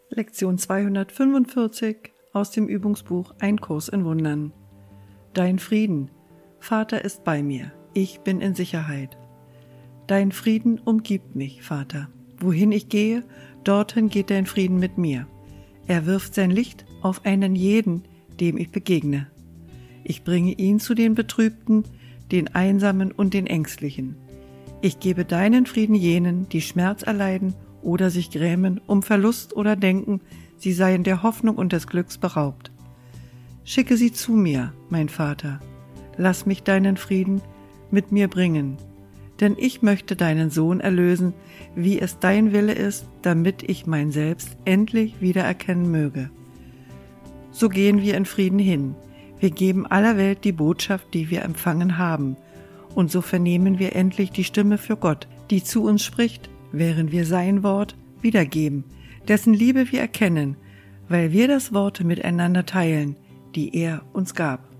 Lektion 245 aus dem Übungsbuch Ein Kurs in Wundern. Dein Frieden, Vater, ist bei mir, ich bin in Sicherheit. Dein Frieden umgibt mich, Vater. Wohin ich gehe, dorthin geht dein Frieden mit mir. Er wirft sein Licht auf einen jeden, dem ich begegne. Ich bringe ihn zu den Betrübten, den Einsamen und den Ängstlichen. Ich gebe deinen Frieden jenen, die Schmerz erleiden oder sich grämen um Verlust oder denken, sie seien der Hoffnung und des Glücks beraubt. Schicke sie zu mir, mein Vater. Lass mich deinen Frieden mit mir bringen, denn ich möchte deinen Sohn erlösen, wie es dein Wille ist, damit ich mein Selbst endlich wiedererkennen möge. So gehen wir in Frieden hin. Wir geben aller Welt die Botschaft, die wir empfangen haben, und so vernehmen wir endlich die Stimme für Gott, die zu uns spricht, während wir sein Wort wiedergeben, dessen Liebe wir erkennen, weil wir das Wort miteinander teilen, die er uns gab.